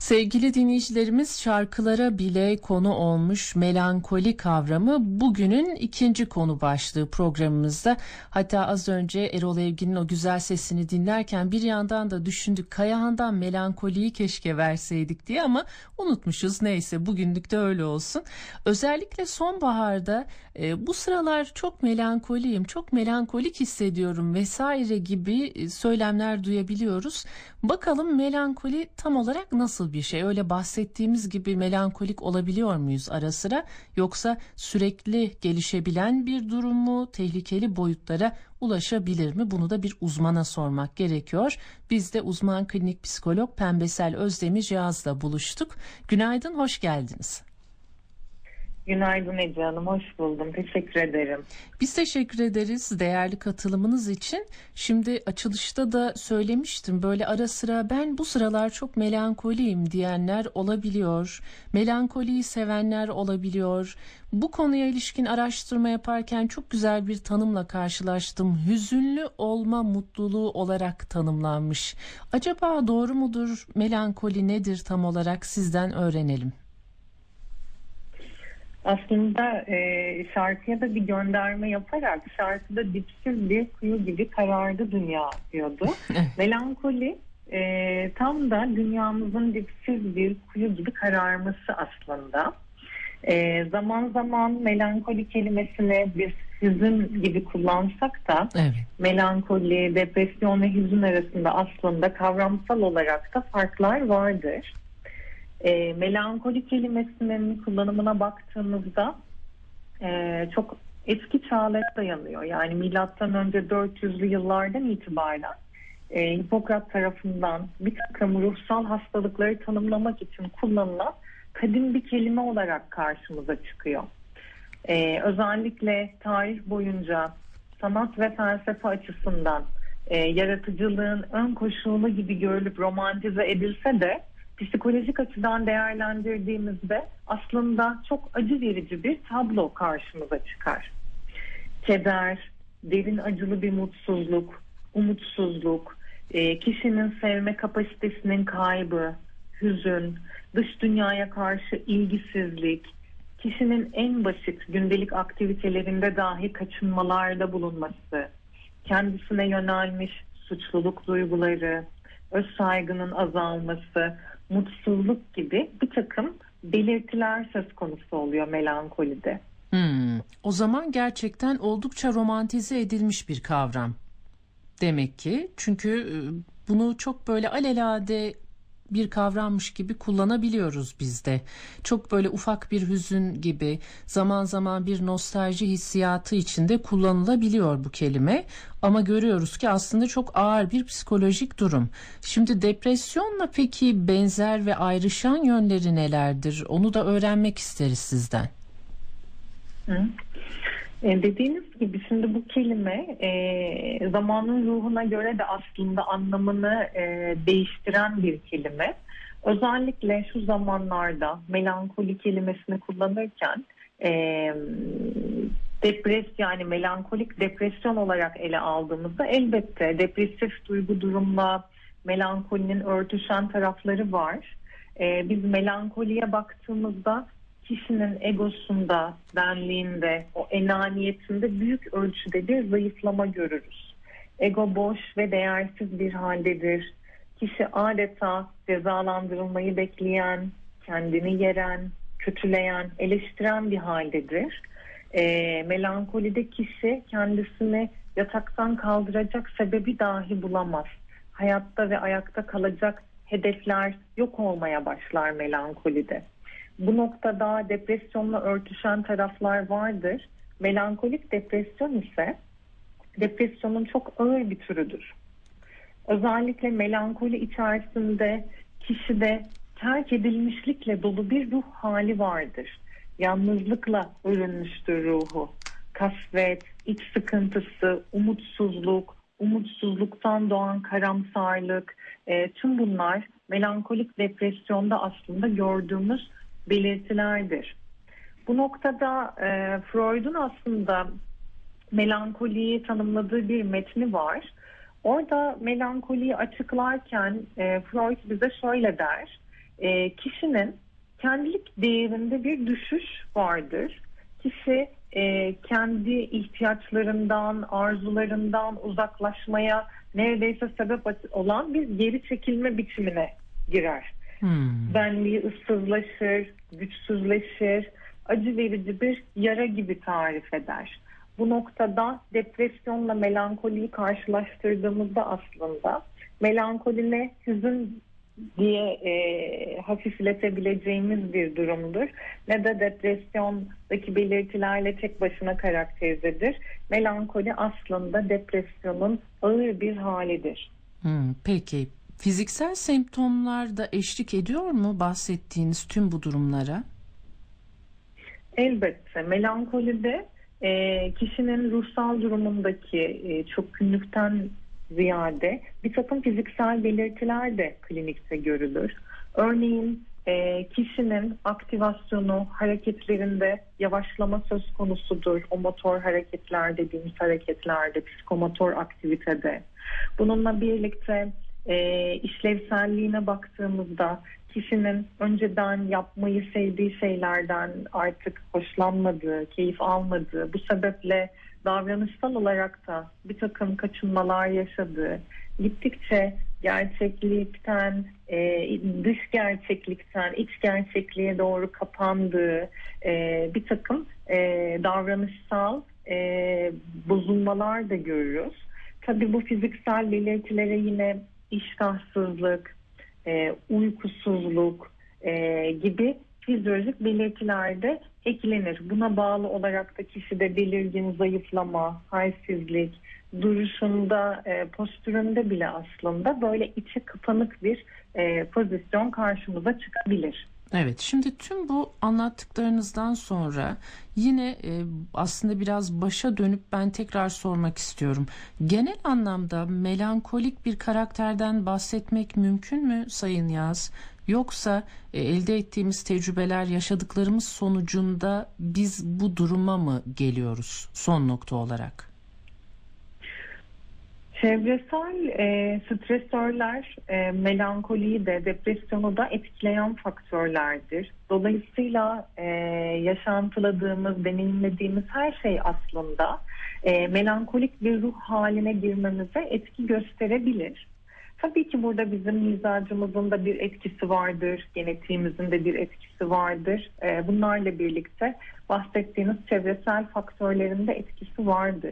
Sevgili dinleyicilerimiz, şarkılara bile konu olmuş melankoli kavramı bugünün ikinci konu başlığı programımızda. Hatta az önce Erol Evgin'in o güzel sesini dinlerken bir yandan da düşündük, Kayahan'dan melankoliyi keşke verseydik diye, ama unutmuşuz. Neyse, bugünlük de öyle olsun. Özellikle sonbaharda bu sıralar çok melankoliyim, çok melankolik hissediyorum vesaire gibi söylemler duyabiliyoruz. Bakalım melankoli tam olarak nasıl bir şey? Öyle bahsettiğimiz gibi melankolik olabiliyor muyuz ara sıra? Yoksa sürekli gelişebilen bir durum mu? Tehlikeli boyutlara ulaşabilir mi? Bunu da bir uzmana sormak gerekiyor. Biz de uzman klinik psikolog Pembesel Özdemir Yağız'la buluştuk. Günaydın, hoş geldiniz. Günaydın Ece Hanım, hoş buldum. Teşekkür ederim. Biz teşekkür ederiz değerli katılımınız için. Şimdi açılışta da söylemiştim, böyle ara sıra ben bu sıralar çok melankoliyim diyenler olabiliyor. Melankoliyi sevenler olabiliyor. Bu konuya ilişkin araştırma yaparken çok güzel bir tanımla karşılaştım. Hüzünlü olma mutluluğu olarak tanımlanmış. Acaba doğru mudur? Melankoli nedir tam olarak, sizden öğrenelim. Aslında şarkıya da bir gönderme yaparak şarkıda dipsiz bir kuyu gibi karardı dünya diyordu. Melankoli tam da dünyamızın dipsiz bir kuyu gibi kararması aslında. Zaman zaman melankoli kelimesini biz hüzün gibi kullansak da evet, melankoli, depresyon ve hüzün arasında aslında kavramsal olarak da farklar vardır. Melankoli kelimesinin kullanımına baktığımızda çok eski çağlara dayanıyor. Yani milattan önce 400'lü yıllardan itibaren Hipokrat tarafından bir takım ruhsal hastalıkları tanımlamak için kullanılan kadim bir kelime olarak karşımıza çıkıyor. Özellikle tarih boyunca sanat ve felsefe açısından yaratıcılığın ön koşulu gibi görülüp romantize edilse de psikolojik açıdan değerlendirdiğimizde aslında çok acı verici bir tablo karşımıza çıkar. Keder, derin acılı bir mutsuzluk, umutsuzluk, kişinin sevme kapasitesinin kaybı, hüzün, dış dünyaya karşı ilgisizlik, kişinin en basit gündelik aktivitelerinde dahi kaçınmalarda bulunması, kendisine yönelmiş suçluluk duyguları, öz saygının azalması, mutsuzluk gibi bir takım belirtiler söz konusu oluyor melankolide. O zaman gerçekten oldukça romantize edilmiş bir kavram demek ki. Çünkü bunu çok böyle alelade bir kavrammış gibi kullanabiliyoruz biz de. Çok böyle ufak bir hüzün gibi, zaman zaman bir nostalji hissiyatı içinde kullanılabiliyor bu kelime. Ama görüyoruz ki aslında çok ağır bir psikolojik durum. Şimdi depresyonla peki benzer ve ayrışan yönleri nelerdir? Onu da öğrenmek isteriz sizden. Dediğiniz gibi şimdi bu kelime zamanın ruhuna göre de aslında anlamını değiştiren bir kelime. Özellikle şu zamanlarda melankoli kelimesini kullanırken yani melankolik depresyon olarak ele aldığımızda elbette depresif duygu durumla melankolinin örtüşen tarafları var. Biz melankoliye baktığımızda kişinin egosunda, benliğinde, o enaniyetinde büyük ölçüde bir zayıflama görürüz. Ego boş ve değersiz bir haldedir. Kişi adeta cezalandırılmayı bekleyen, kendini yeren, kötüleyen, eleştiren bir haldedir. Melankolide kişi kendisini yataktan kaldıracak sebebi dahi bulamaz. Hayatta ve ayakta kalacak hedefler yok olmaya başlar melankolide. Bu noktada depresyonla örtüşen taraflar vardır. Melankolik depresyon ise depresyonun çok ağır bir türüdür. Özellikle melankoli içerisinde kişide terk edilmişlikle dolu bir ruh hali vardır. Yalnızlıkla örülmüştür ruhu. Kasvet, iç sıkıntısı, umutsuzluk, umutsuzluktan doğan karamsarlık, tüm bunlar melankolik depresyonda aslında gördüğümüz belirtilerdir. Bu noktada Freud'un aslında melankoliyi tanımladığı bir metni var. Orada melankoliyi açıklarken Freud bize şöyle der: kişinin kendilik değerinde bir düşüş vardır. Kişi kendi ihtiyaçlarından, arzularından uzaklaşmaya neredeyse sebep olan bir geri çekilme biçimine girer. Benliği ıssızlaşır, güçsüzleşir, acı verici bir yara gibi tarif eder. Bu noktada depresyonla melankoliyi karşılaştırdığımızda aslında melankoli ne hüzün diye hafifletebileceğimiz bir durumdur. Ne de depresyondaki belirtilerle tek başına karakterizedir. Melankoli aslında depresyonun ağır bir halidir. Peki fiziksel semptomlar da eşlik ediyor mu bahsettiğiniz tüm bu durumlara? Elbette melankolide kişinin ruhsal durumundaki çökkünlükten ziyade bir takım fiziksel belirtiler de klinikte görülür. Örneğin kişinin aktivasyonu, hareketlerinde yavaşlama söz konusudur. O motor hareketler dediğimiz hareketlerde, psikomotor aktivitede. Bununla birlikte işlevselliğine baktığımızda kişinin önceden yapmayı sevdiği şeylerden artık hoşlanmadığı, keyif almadığı, bu sebeple davranışsal olarak da bir takım kaçınmalar yaşadığı, gittikçe gerçeklikten, dış gerçeklikten iç gerçekliğe doğru kapandığı bir takım davranışsal bozulmalar da görürüz. Tabii bu fiziksel belirtilere yine iştahsızlık, uykusuzluk gibi fizyolojik belirtiler de eklenir. Buna bağlı olarak da kişide belirgin zayıflama, halsizlik, duruşunda, postüründe bile aslında böyle içe kapanık bir pozisyon karşımıza çıkabilir. Evet, şimdi tüm bu anlattıklarınızdan sonra yine aslında biraz başa dönüp ben tekrar sormak istiyorum. Genel anlamda melankolik bir karakterden bahsetmek mümkün mü Sayın Yaz? Yoksa elde ettiğimiz tecrübeler, yaşadıklarımız sonucunda biz bu duruma mı geliyoruz son nokta olarak? Çevresel stresörler melankoliyi de depresyonu da etkileyen faktörlerdir. Dolayısıyla yaşantıladığımız, deneyimlediğimiz her şey aslında melankolik bir ruh haline girmemize etki gösterebilir. Tabii ki burada bizim mizacımızın da bir etkisi vardır, genetiğimizin de bir etkisi vardır. Bunlarla birlikte bahsettiğiniz çevresel faktörlerin de etkisi vardır.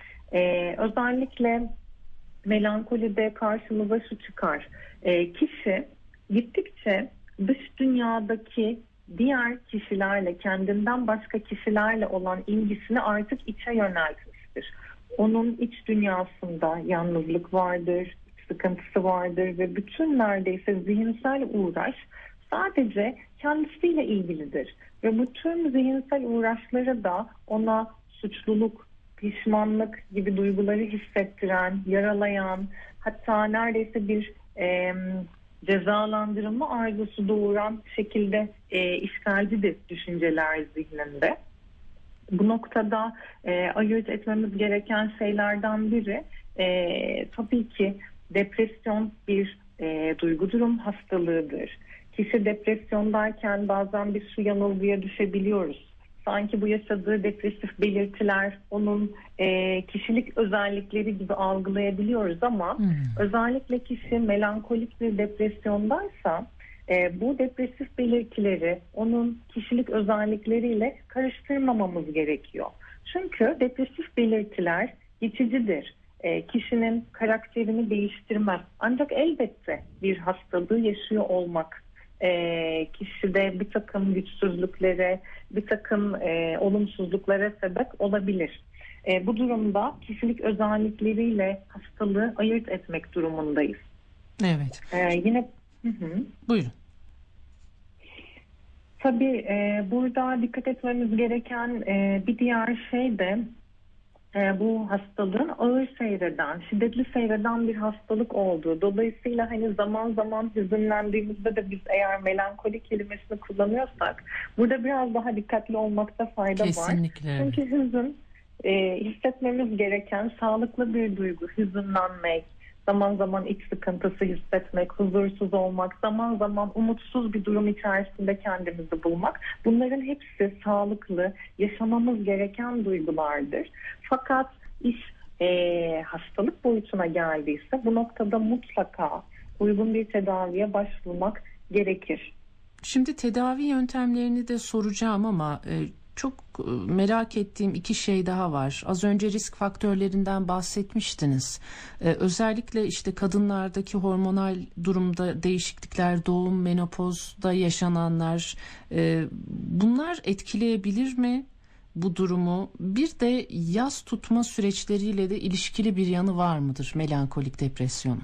Özellikle melankolide karşımıza şu çıkar. Kişi gittikçe dış dünyadaki diğer kişilerle, kendinden başka kişilerle olan ilgisini artık içe yöneltmiştir. Onun iç dünyasında yalnızlık vardır, sıkıntısı vardır ve bütün neredeyse zihinsel uğraş sadece kendisiyle ilgilidir. Ve bu tüm zihinsel uğraşları da ona suçluluk, pişmanlık gibi duyguları hissettiren, yaralayan, hatta neredeyse bir cezalandırılma arzusu doğuran şekilde işgalcidir düşünceler zihninde. Bu noktada ayırt etmemiz gereken şeylerden biri tabii ki depresyon bir duygu durum hastalığıdır. Kişi depresyondayken bazen bir su yanılgıya düşebiliyoruz. Sanki bu yaşadığı depresif belirtiler onun kişilik özellikleri gibi algılayabiliyoruz ama özellikle kişi melankolik bir depresyondaysa bu depresif belirtileri onun kişilik özellikleriyle karıştırmamamız gerekiyor. Çünkü depresif belirtiler geçicidir. Kişinin karakterini değiştirmez. Ancak elbette bir hastalığı yaşıyor olmak kişide bir takım güçsüzlüklere, bir takım olumsuzluklara sebep olabilir. Bu durumda kişilik özellikleriyle hastalığı ayırt etmek durumundayız. Evet. Yine buyurun. Tabii burada dikkat etmemiz gereken bir diğer şey de bu hastalığın ağır seyreden, şiddetli seyreden bir hastalık olduğu. Dolayısıyla hani zaman zaman hüzünlendiğimizde de biz eğer melankoli kelimesini kullanıyorsak burada biraz daha dikkatli olmakta fayda Kesinlikle. var. Çünkü hüzün hissetmemiz gereken sağlıklı bir duygu. Hüzünlenmek, zaman zaman iç sıkıntısı hissetmek, huzursuz olmak, zaman zaman umutsuz bir durum içerisinde kendimizi bulmak. Bunların hepsi sağlıklı, yaşamamız gereken duygulardır. Fakat iş hastalık boyutuna geldiyse bu noktada mutlaka uygun bir tedaviye başvurmak gerekir. Şimdi tedavi yöntemlerini de soracağım ama çok merak ettiğim iki şey daha var. Az önce risk faktörlerinden bahsetmiştiniz. Özellikle işte kadınlardaki hormonal durumda değişiklikler, doğum, menopozda yaşananlar, bunlar etkileyebilir mi bu durumu? Bir de yas tutma süreçleriyle de ilişkili bir yanı var mıdır melankolik depresyonun?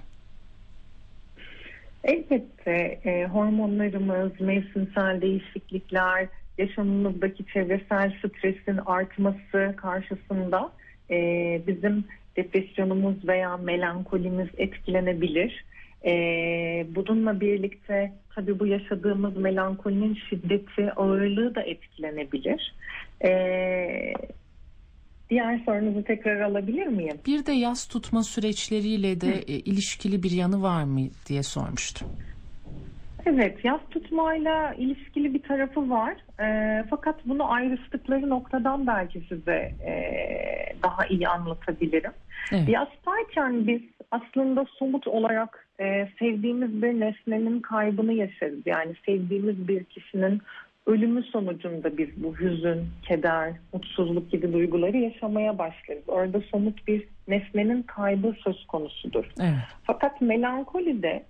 Elbette hormonlarımız, mevsimsel değişiklikler, yaşamımızdaki çevresel stresin artması karşısında bizim depresyonumuz veya melankolimiz etkilenebilir. Bununla birlikte tabii bu yaşadığımız melankolinin şiddeti, ağırlığı da etkilenebilir. Diğer sorunuzu tekrar alabilir miyim? Bir de yas tutma süreçleriyle de ilişkili bir yanı var mı diye sormuştum. Evet, yas tutmayla ilişkili bir tarafı var. Fakat bunu ayrıştıkları noktadan belki size daha iyi anlatabilirim. Evet. Yastayken biz aslında somut olarak sevdiğimiz bir nesnenin kaybını yaşarız. Yani sevdiğimiz bir kişinin ölümü sonucunda biz bu hüzün, keder, mutsuzluk gibi duyguları yaşamaya başlarız. Orada somut bir nesnenin kaybı söz konusudur. Evet. Fakat melankolide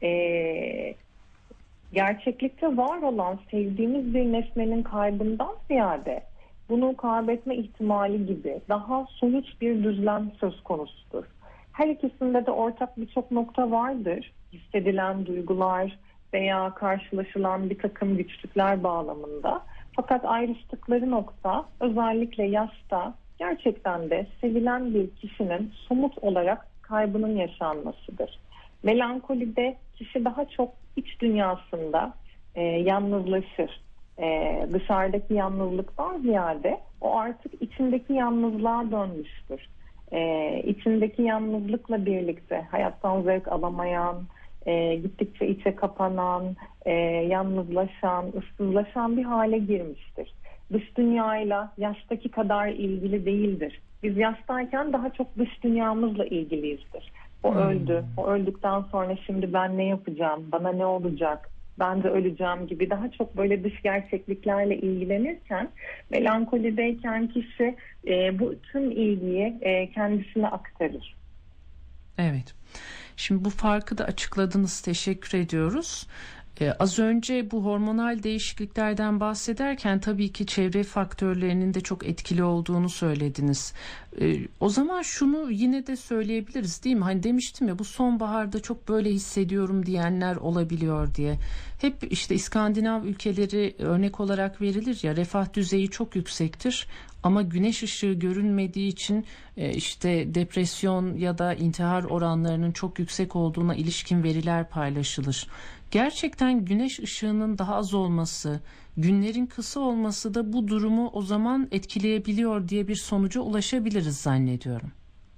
gerçeklikte var olan sevdiğimiz bir nesnenin kaybından ziyade bunu kaybetme ihtimali gibi daha sonuç bir düzlem söz konusudur. Her ikisinde de ortak birçok nokta vardır. Hissedilen duygular veya karşılaşılan bir takım güçlükler bağlamında. Fakat ayrıştıkları nokta özellikle yasta gerçekten de sevilen bir kişinin somut olarak kaybının yaşanmasıdır. Melankolide kişi daha çok iç dünyasında yalnızlaşır. Dışarıdaki yalnızlıktan ziyade o artık içindeki yalnızlığa dönmüştür. İçindeki yalnızlıkla birlikte hayattan zevk alamayan, gittikçe içe kapanan, yalnızlaşan, ıssızlaşan bir hale girmiştir. Dış dünyayla yastaki kadar ilgili değildir. Biz yastayken daha çok dış dünyamızla ilgiliyizdir. O öldü. O öldükten sonra şimdi ben ne yapacağım? Bana ne olacak? Ben de öleceğim gibi daha çok böyle dış gerçekliklerle ilgilenirken melankolideyken kişi bu tüm ilgiyi kendisine aktarır. Evet. Şimdi bu farkı da açıkladınız. Teşekkür ediyoruz. Az önce bu hormonal değişikliklerden bahsederken tabii ki çevre faktörlerinin de çok etkili olduğunu söylediniz. O zaman şunu yine de söyleyebiliriz değil mi? Hani demiştim ya bu sonbaharda çok böyle hissediyorum diyenler olabiliyor diye. Hep işte İskandinav ülkeleri örnek olarak verilir ya, refah düzeyi çok yüksektir. Ama güneş ışığı görünmediği için işte depresyon ya da intihar oranlarının çok yüksek olduğuna ilişkin veriler paylaşılır. Gerçekten güneş ışığının daha az olması, günlerin kısa olması da bu durumu o zaman etkileyebiliyor diye bir sonuca ulaşabiliriz zannediyorum.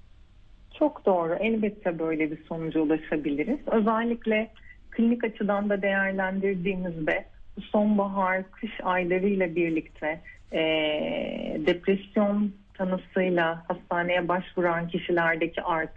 Çok doğru. Elbette böyle bir sonuca ulaşabiliriz. Özellikle klinik açıdan da değerlendirdiğimizde bu sonbahar, kış aylarıyla birlikte depresyon tanısıyla hastaneye başvuran kişilerdeki artış